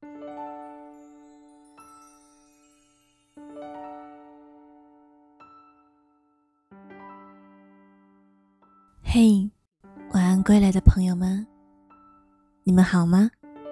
嘿，晚安归来的朋友们，你们好吗？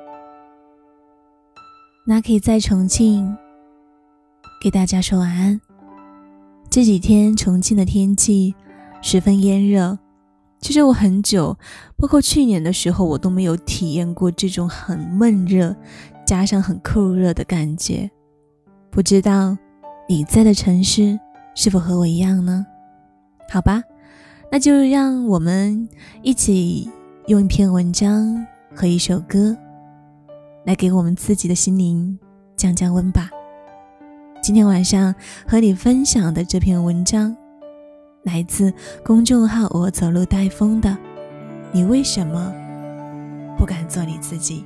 那可以在重庆给大家说晚安。这几天重庆的天气十分炎热，其实我很久，包括去年的时候，我都没有体验过这种很闷热加上很酷热的感觉。不知道你在的城市是否和我一样呢？好吧，那就让我们一起用一篇文章和一首歌来给我们自己的心灵降降温吧。今天晚上和你分享的这篇文章来自公众号我走路带风的你为什么不敢做你自己。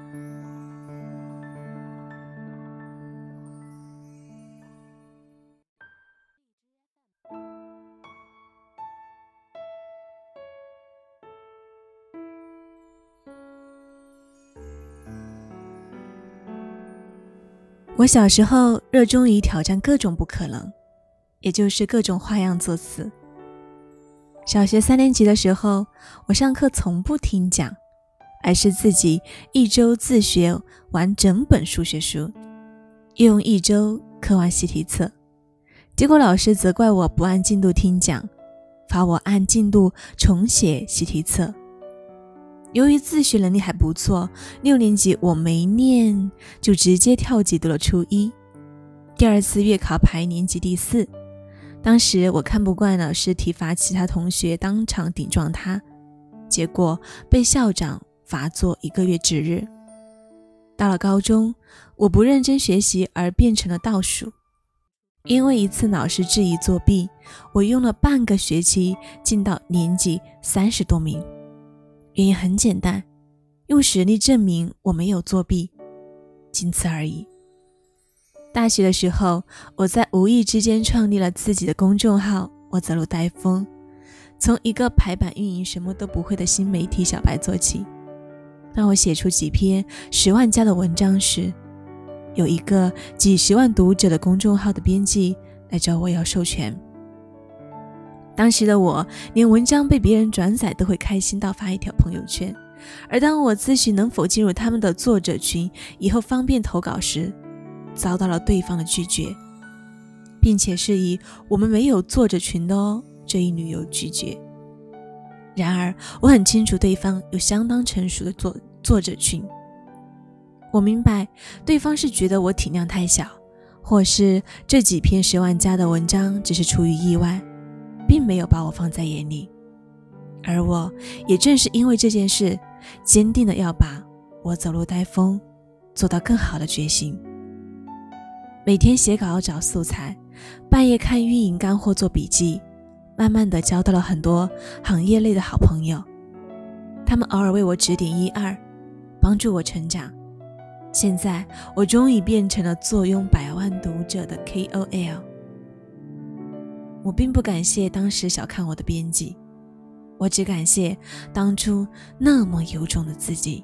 我小时候热衷于挑战各种不可能，也就是各种花样作词。小学3年级的时候，我上课从不听讲，而是自己一周自学完整本数学书，又用1周刻完习题册。结果老师责怪我不按进度听讲，罚我按进度重写习题册。由于自学能力还不错，6年级我没念就直接跳级读了初一，第2次月考排年级第4。当时我看不惯老师体罚其他同学当场顶撞他，结果被校长罚做1个月值日。到了高中，我不认真学习而变成了倒数。因为一次老师质疑作弊，我用了半个学期进到年级30多名。原因很简单，用实力证明我没有作弊，仅此而已。大学的时候，我在无意之间创立了自己的公众号我走路带风，从一个排版运营什么都不会的新媒体小白做起。当我写出几篇10万加的文章时，有一个几10万读者的公众号的编辑来找我要授权。当时的我连文章被别人转载都会开心到发一条朋友圈，而当我咨询能否进入他们的作者群以后方便投稿时，遭到了对方的拒绝，并且是以我们没有作者群的哦这一理由拒绝。然而我很清楚对方有相当成熟的作者群，我明白对方是觉得我体量太小，或是这几篇10万加的文章只是出于意外，并没有把我放在眼里。而我也正是因为这件事，坚定的要把我走路带风做到更好的决心。每天写稿找素材，半夜看运营干货做笔记，慢慢的交到了很多行业内的好朋友，他们偶尔为我指点1、2，帮助我成长。现在我终于变成了坐拥100万读者的 KOL。我并不感谢当时小看我的编辑，我只感谢当初那么有种的自己。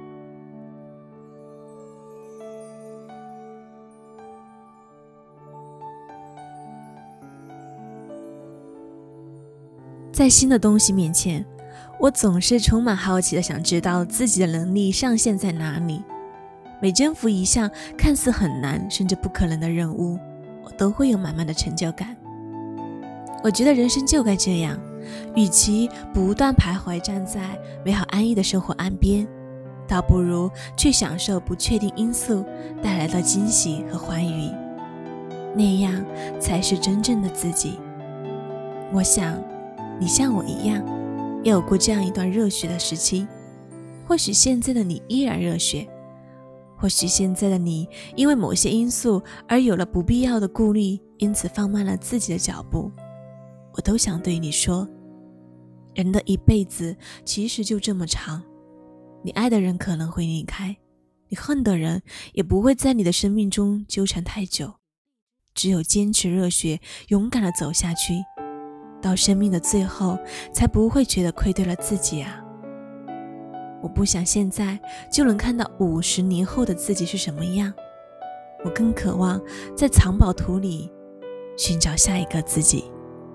在新的东西面前，我总是充满好奇的想知道自己的能力上限在哪里。每征服一项看似很难甚至不可能的任务，我都会有满满的成就感。我觉得人生就该这样，与其不断徘徊站在美好安逸的生活岸边，倒不如去享受不确定因素带来的惊喜和欢愉，那样才是真正的自己。我想你像我一样，也有过这样一段热血的时期。或许现在的你依然热血，或许现在的你因为某些因素而有了不必要的顾虑，因此放慢了自己的脚步。我都想对你说，人的一辈子其实就这么长，你爱的人可能会离开，你恨的人也不会在你的生命中纠缠太久。只有坚持热血，勇敢地走下去，到生命的最后，才不会觉得愧对了自己啊。 我不想现在就能看到50年后的自己是什么样，我更渴望在藏宝图里寻找下一个自己。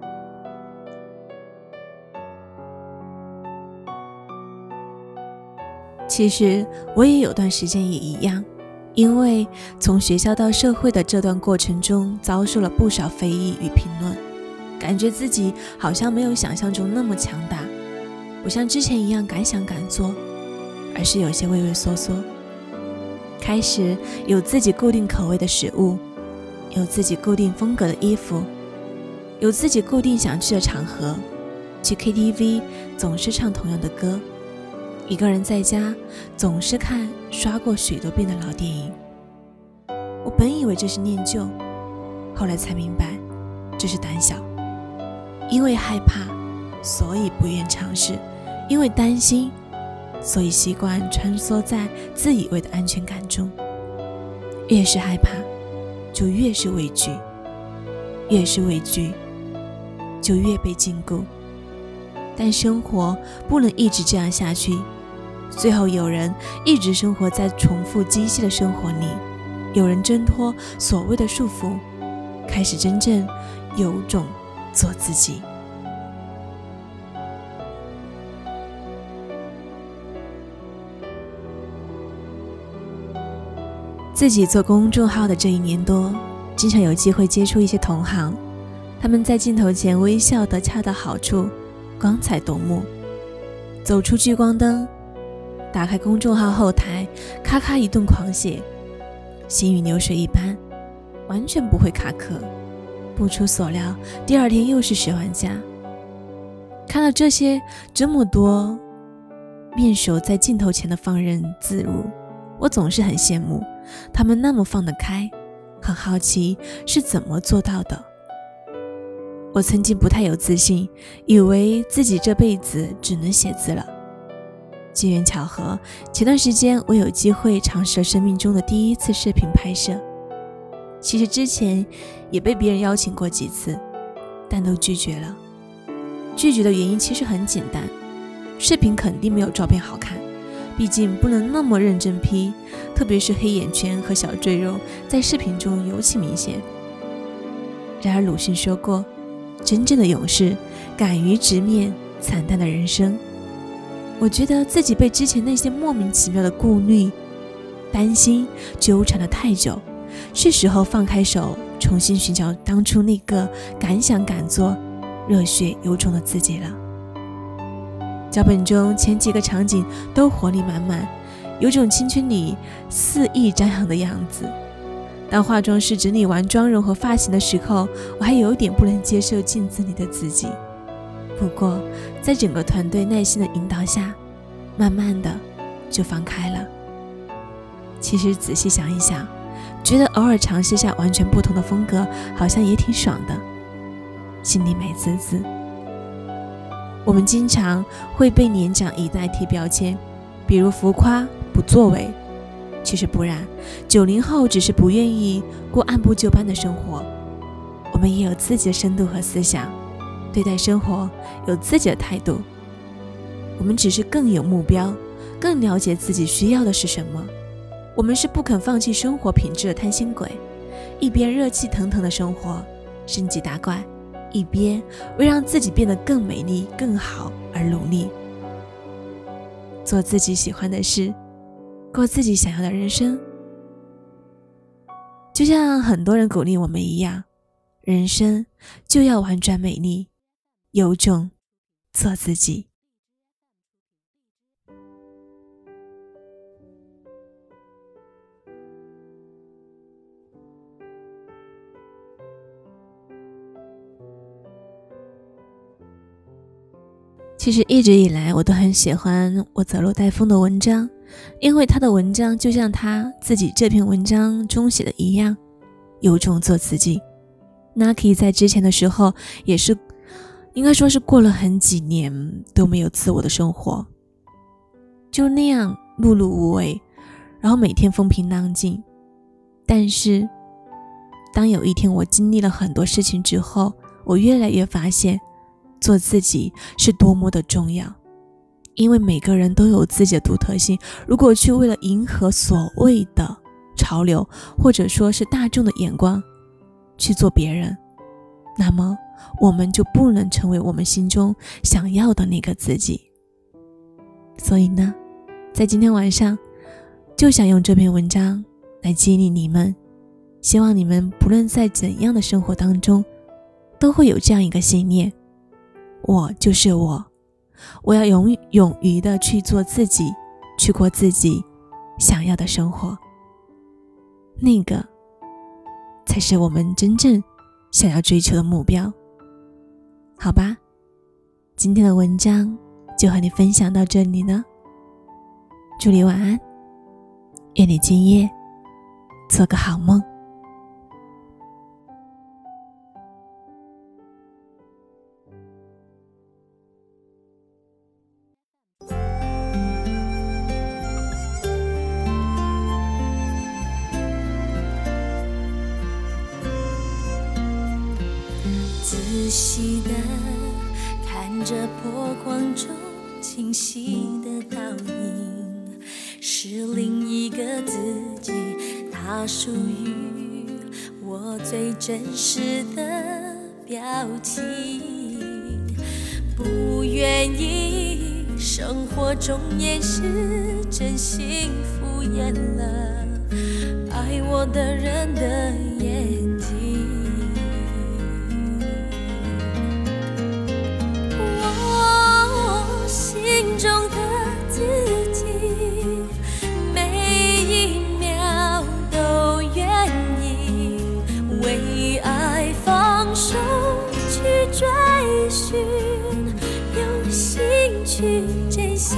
其实我也有段时间也一样，因为从学校到社会的这段过程中遭受了不少非议与评论，感觉自己好像没有想象中那么强大，不像之前一样敢想敢做，而是有些畏畏缩缩。开始有自己固定口味的食物，有自己固定风格的衣服，有自己固定想去的场合，去 KTV 总是唱同样的歌，一个人在家总是看刷过许多遍的老电影。我本以为这是念旧，后来才明白这是胆小，因为害怕所以不愿尝试，因为担心所以习惯穿梭在自以为的安全感中。越是害怕就越是畏惧，越是畏惧就越被禁锢。但生活不能一直这样下去，最后有人一直生活在重复机械的生活里，有人挣脱所谓的束缚，开始真正有种做自己。自己做公众号的这1年多，经常有机会接触一些同行，他们在镜头前微笑得恰到好处，光彩夺目。走出聚光灯，打开公众号后台，咔咔一顿狂写，行云流水一般，完全不会卡壳。不出所料，第2天又是10万加。看到这么多面熟在镜头前的放任自如，我总是很羡慕他们那么放得开，很好奇是怎么做到的。我曾经不太有自信，以为自己这辈子只能写字了。机缘巧合，前段时间我有机会尝试了生命中的第1次视频拍摄。其实之前也被别人邀请过几次，但都拒绝了。拒绝的原因其实很简单，视频肯定没有照片好看，毕竟不能那么认真 P， 特别是黑眼圈和小赘肉在视频中尤其明显。然而鲁迅说过，真正的勇士敢于直面惨淡的人生。我觉得自己被之前那些莫名其妙的顾虑、担心纠缠了太久，是时候放开手，重新寻找当初那个敢想敢做、热血有种的自己了。脚本中前几个场景都活力满满，有种青春里肆意张扬的样子。当化妆师整理完妆容和发型的时候，我还有点不能接受镜子里的自己。不过在整个团队耐心的引导下，慢慢的就放开了。其实仔细想一想，觉得偶尔尝试下完全不同的风格，好像也挺爽的，心里美滋滋。我们经常会被年长一代贴标签，比如浮夸、不作为。其实不然，90后只是不愿意过按部就班的生活。我们也有自己的深度和思想，对待生活有自己的态度。我们只是更有目标，更了解自己需要的是什么。我们是不肯放弃生活品质的贪心鬼，一边热气腾腾的生活，升级打怪，一边为让自己变得更美丽、更好而努力。做自己喜欢的事，过自己想要的人生。就像很多人鼓励我们一样，人生就要婉转美丽，有种做自己。其实一直以来我都很喜欢我走路带风的文章，因为他的文章就像他自己这篇文章中写的一样，有种做自己。 Naki 在之前的时候也是应该说是过了很几年都没有自我的生活，就那样碌碌无为，然后每天风平浪静。但是当有一天我经历了很多事情之后，我越来越发现做自己是多么的重要。 因为每个人都有自己的独特性，如果去为了迎合所谓的潮流，或者说是大众的眼光去做别人，那么我们就不能成为我们心中想要的那个自己。所以呢，在今天晚上就想用这篇文章来激励你们，希望你们不论在怎样的生活当中，都会有这样一个信念：我就是我，我要勇于的去做自己，去过自己想要的生活，那个才是我们真正想要追求的目标。好吧，今天的文章就和你分享到这里了，祝你晚安，愿你今夜做个好梦。 仔细地看着波光中清晰的倒影，是另一个自己，它属于我最真实的表情。不愿意生活中掩饰真心敷衍了爱我的人的眼睛。用心去珍惜，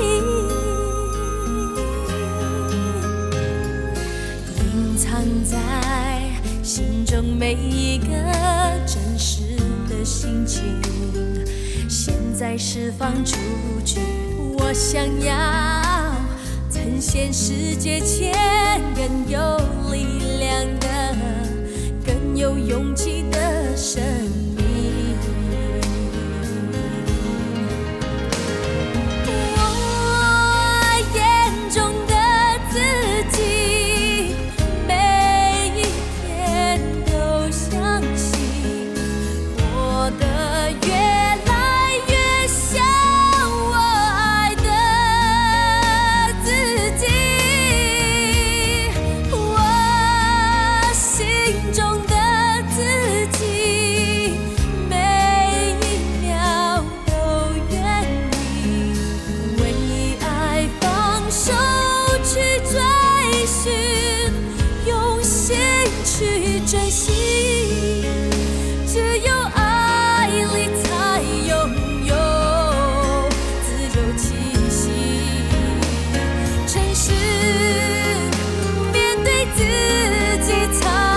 隐藏在心中每一个真实的心情，现在释放出去。我想要呈现世界前更有力量的、更有勇气的生命。去追寻，只有爱里才拥有自由气息。诚实面对自己才